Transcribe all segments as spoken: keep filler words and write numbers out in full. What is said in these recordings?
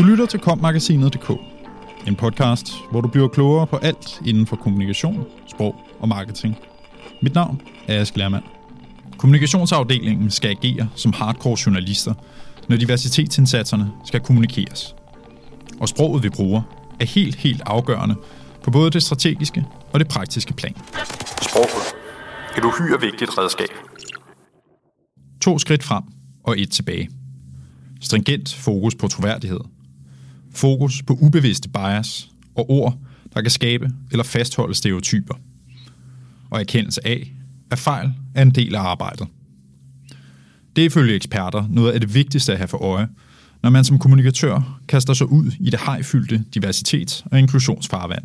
Du lytter til Kom-magasinet punktum d k, en podcast, hvor du bliver klogere på alt inden for kommunikation, sprog og marketing. Mit navn er Ask Lermand. Kommunikationsafdelingen skal agere som hardcore journalister, når diversitetsindsatserne skal kommunikeres. Og sproget, vi bruger, er helt, helt afgørende på både det strategiske og det praktiske plan. Sproget. Et uhyre vigtigt redskab. To skridt frem og et tilbage. Stringent fokus på troværdighed. Fokus på ubevidste bias og ord, der kan skabe eller fastholde stereotyper. Og erkendelse af, at fejl er en del af arbejdet. Det er ifølge eksperter noget af det vigtigste at have for øje, når man som kommunikatør kaster sig ud i det hajfyldte diversitets- og inklusionsfarvand.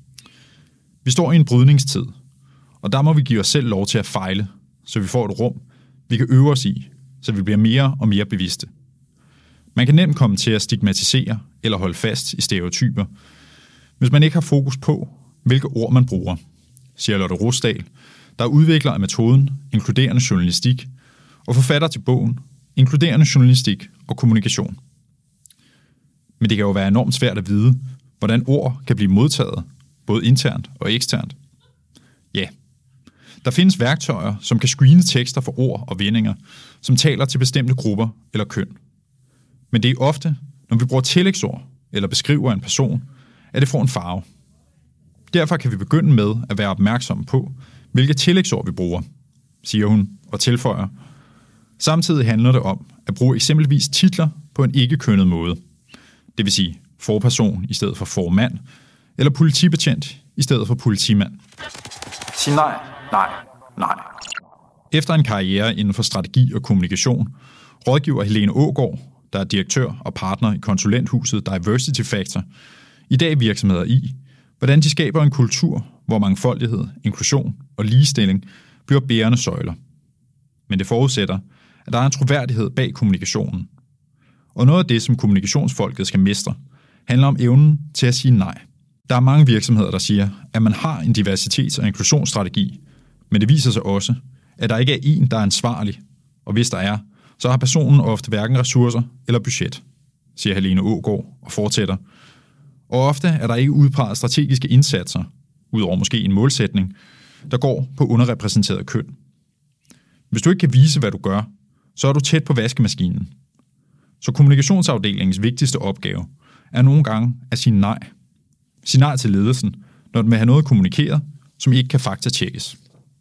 Vi står i en brydningstid, og der må vi give os selv lov til at fejle, så vi får et rum, vi kan øve os i, så vi bliver mere og mere bevidste. Man kan nemt komme til at stigmatisere eller holde fast i stereotyper, hvis man ikke har fokus på, hvilke ord man bruger, siger Lotte Rosdahl, der er udvikler af metoden Inkluderende Journalistik og forfatter til bogen Inkluderende Journalistik og Kommunikation. Men det kan jo være enormt svært at vide, hvordan ord kan blive modtaget, både internt og eksternt. Ja, der findes værktøjer, som kan screene tekster for ord og vendinger, som taler til bestemte grupper eller køn. Men det er ofte, når vi bruger tillægsord eller beskriver en person, at det får en farve. Derfor kan vi begynde med at være opmærksomme på, hvilke tillægsord vi bruger, siger hun og tilføjer. Samtidig handler det om at bruge eksempelvis titler på en ikke-kønnet måde. Det vil sige forperson i stedet for formand, eller politibetjent i stedet for politimand. Sig nej, nej, nej. Efter en karriere inden for strategi og kommunikation, rådgiver Helene Aagaard, der er direktør og partner i konsulenthuset Diversity Factor, i dag virksomheder i, hvordan de skaber en kultur, hvor mangfoldighed, inklusion og ligestilling bliver bærende søjler. Men det forudsætter, at der er en troværdighed bag kommunikationen. Og noget af det, som kommunikationsfolket skal mestre, handler om evnen til at sige nej. Der er mange virksomheder, der siger, at man har en diversitets- og inklusionsstrategi, men det viser sig også, at der ikke er en, der er ansvarlig, og hvis der er, så har personen ofte hverken ressourcer eller budget, siger Helene Aagaard og fortsætter. Og ofte er der ikke udpeget strategiske indsatser, udover måske en målsætning, der går på underrepræsenteret køn. Hvis du ikke kan vise, hvad du gør, så er du tæt på vaskemaskinen. Så kommunikationsafdelingens vigtigste opgave er nogle gange at sige nej. Sige nej til ledelsen, når den vil have noget kommunikeret, som ikke kan faktatjekkes.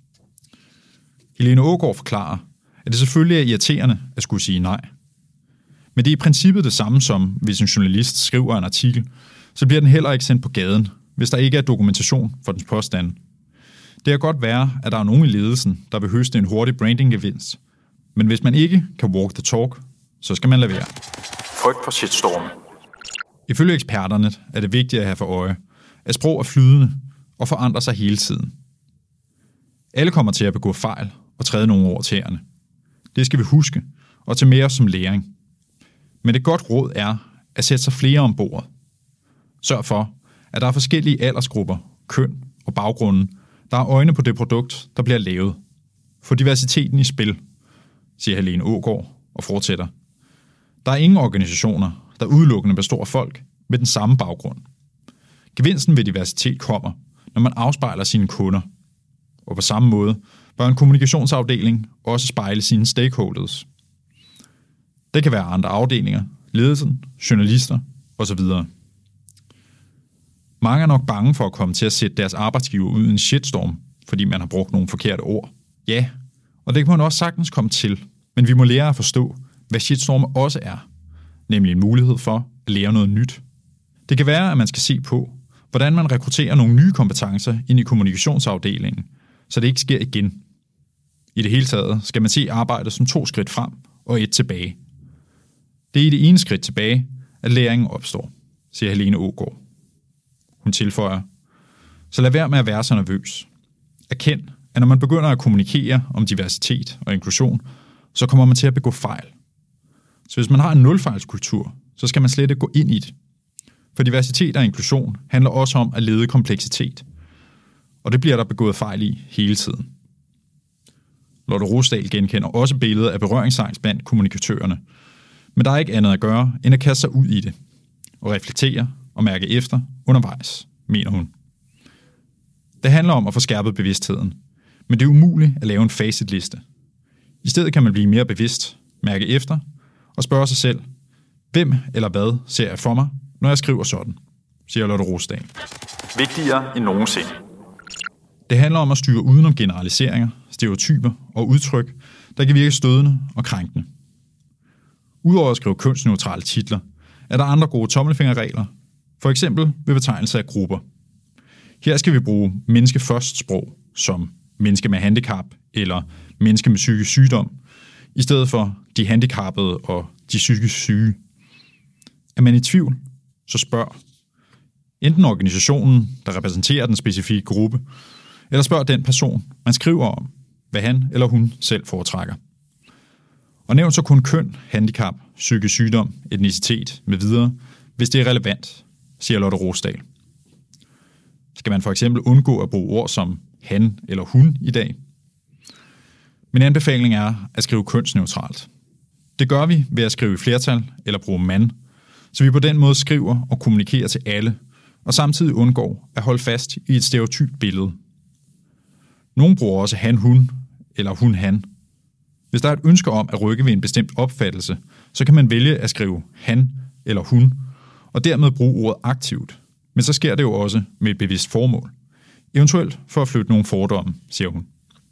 Helene Aagaard forklarer, at det selvfølgelig er irriterende at skulle sige nej. Men det er i princippet det samme som, hvis en journalist skriver en artikel, så bliver den heller ikke sendt på gaden, hvis der ikke er dokumentation for dens påstande. Det kan godt være, at der er nogen i ledelsen, der vil høste en hurtig brandinggevinst. Men hvis man ikke kan walk the talk, så skal man lade være. Frygt for shitstorm. Ifølge eksperterne er det vigtigt at have for øje, at sprog er flydende og forandrer sig hele tiden. Alle kommer til at begå fejl og træde nogle ord tæerne. Det skal vi huske og tage med os som læring. Men et godt råd er at sætte sig flere om bordet. Sørg for, at der er forskellige aldersgrupper, køn og baggrunden, der har øjne på det produkt, der bliver lavet. Få diversiteten i spil, siger Helene Aagaard og fortsætter. Der er ingen organisationer, der udelukkende består af folk med den samme baggrund. Gevinsten ved diversitet kommer, når man afspejler sine kunder. Og på samme måde bør en kommunikationsafdeling også spejle sine stakeholders. Det kan være andre afdelinger, ledelsen, journalister osv. Mange er nok bange for at komme til at sætte deres arbejdsgiver ud i en shitstorm, fordi man har brugt nogle forkerte ord. Ja, og det kan man også sagtens komme til, men vi må lære at forstå, hvad shitstorm også er, nemlig en mulighed for at lære noget nyt. Det kan være, at man skal se på, hvordan man rekrutterer nogle nye kompetencer ind i kommunikationsafdelingen, så det ikke sker igen. I det hele taget skal man se arbejdet som to skridt frem og et tilbage. Det er i det ene skridt tilbage, at læringen opstår, siger Helene Aagaard. Hun tilføjer, så lad være med at være så nervøs. Erkend, at når man begynder at kommunikere om diversitet og inklusion, så kommer man til at begå fejl. Så hvis man har en nulfejlskultur, så skal man slet ikke gå ind i det. For diversitet og inklusion handler også om at lede kompleksitet. Og det bliver der begået fejl i hele tiden. Lotte Rosdahl genkender også billedet af berøringsangst blandt kommunikatørerne. Men der er ikke andet at gøre, end at kaste sig ud i det. og reflektere og mærke efter undervejs, mener hun. Det handler om at få skærpet bevidstheden, men det er umuligt at lave en facitliste. I stedet kan man blive mere bevidst, mærke efter og spørge sig selv, hvem eller hvad ser jeg for mig, når jeg skriver sådan, siger Lotte Rosdahl. Vigtigere end nogensinde. Det handler om at styre udenom generaliseringer, stereotyper og udtryk, der kan virke stødende og krænkende. Udover at skrive kønsneutrale titler, er der andre gode tommelfingerregler, for eksempel ved betegnelse af grupper. Her skal vi bruge menneske først sprog, som menneske med handicap eller menneske med psykisk sygdom, i stedet for de handicappede og de psykisk syge. Er man i tvivl, så spørg. Enten organisationen, der repræsenterer den specifikke gruppe, eller spørg den person, man skriver om, hvad han eller hun selv foretrækker. Og nævn så kun køn, handicap, psykisk sygdom, etnicitet med videre, hvis det er relevant, siger Lotte Rosdahl. Skal man for eksempel undgå at bruge ord som han eller hun i dag? Min anbefaling er at skrive kønsneutralt. Det gør vi ved at skrive i flertal eller bruge mand, så vi på den måde skriver og kommunikerer til alle, og samtidig undgår at holde fast i et stereotypt billede. Nogle bruger også han-hun eller hun-han. Hvis der er et ønske om at rykke ved en bestemt opfattelse, så kan man vælge at skrive han eller hun, og dermed bruge ordet aktivt. Men så sker det jo også med et bevidst formål. Eventuelt for at flytte nogle fordomme, siger hun.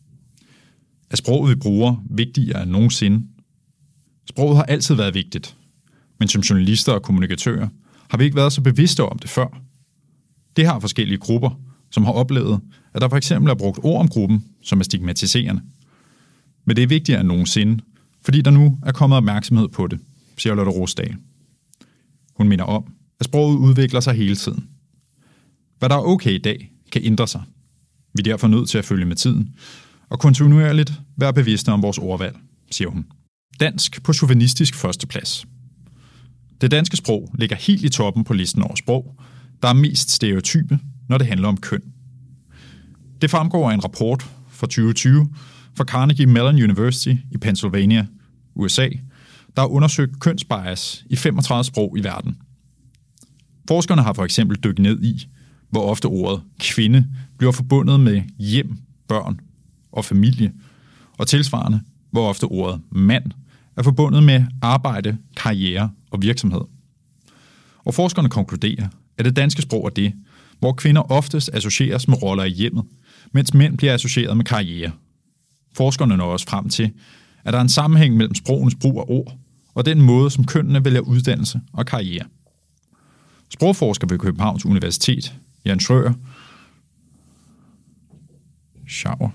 Er sproget, vi bruger, vigtigere end nogensinde? Sproget har altid været vigtigt, men som journalister og kommunikatører har vi ikke været så bevidste om det før. Det har forskellige grupper, som har oplevet, at der for eksempel er brugt ord om gruppen, som er stigmatiserende. Men det er vigtigere end nogensinde, fordi der nu er kommet opmærksomhed på det, siger Lotte Rosdahl. Hun minder om, at sproget udvikler sig hele tiden. Hvad der er okay i dag, kan ændre sig. Vi er derfor nødt til at følge med tiden, og kontinuerligt være bevidste om vores ordvalg, siger hun. Dansk på chauvinistisk førsteplads. Det danske sprog ligger helt i toppen på listen over sprog, der er mest stereotype, når det handler om køn. Det fremgår af en rapport fra tyve tyve fra Carnegie Mellon University i Pennsylvania, U S A, der har undersøgt kønsbias i femogtredive sprog i verden. Forskerne har for eksempel dykket ned i, hvor ofte ordet kvinde bliver forbundet med hjem, børn og familie, og tilsvarende, hvor ofte ordet mand er forbundet med arbejde, karriere og virksomhed. Og forskerne konkluderer, at det danske sprog er det, hvor kvinder oftest associeres med roller i hjemmet, mens mænd bliver associeret med karriere. Forskerne når også frem til, at der er en sammenhæng mellem sprogenes brug af ord og den måde, som kønnene vælger uddannelse og karriere. Sprogforsker ved Københavns Universitet, Jan Schrøer, Schauer,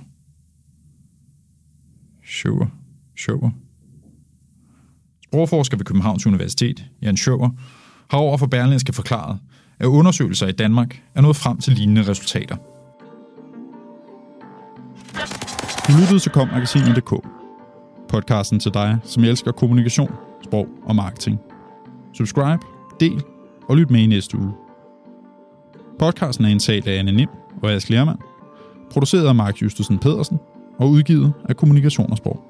Schauer, Schauer. Sprogforsker ved Københavns Universitet, Jan Schauer, har over for Berlingske forklaret, at undersøgelser i Danmark er nået frem til lignende resultater. Du lyttede til kom magasinet punktum d k, podcasten til dig, som elsker kommunikation, sprog og marketing. Subscribe, del og lyt med i næste uge. Podcasten er indtalt af Anne Nim og Ask Lermand, produceret af Mark Justesen Pedersen og udgivet af Kommunikation og Sprog.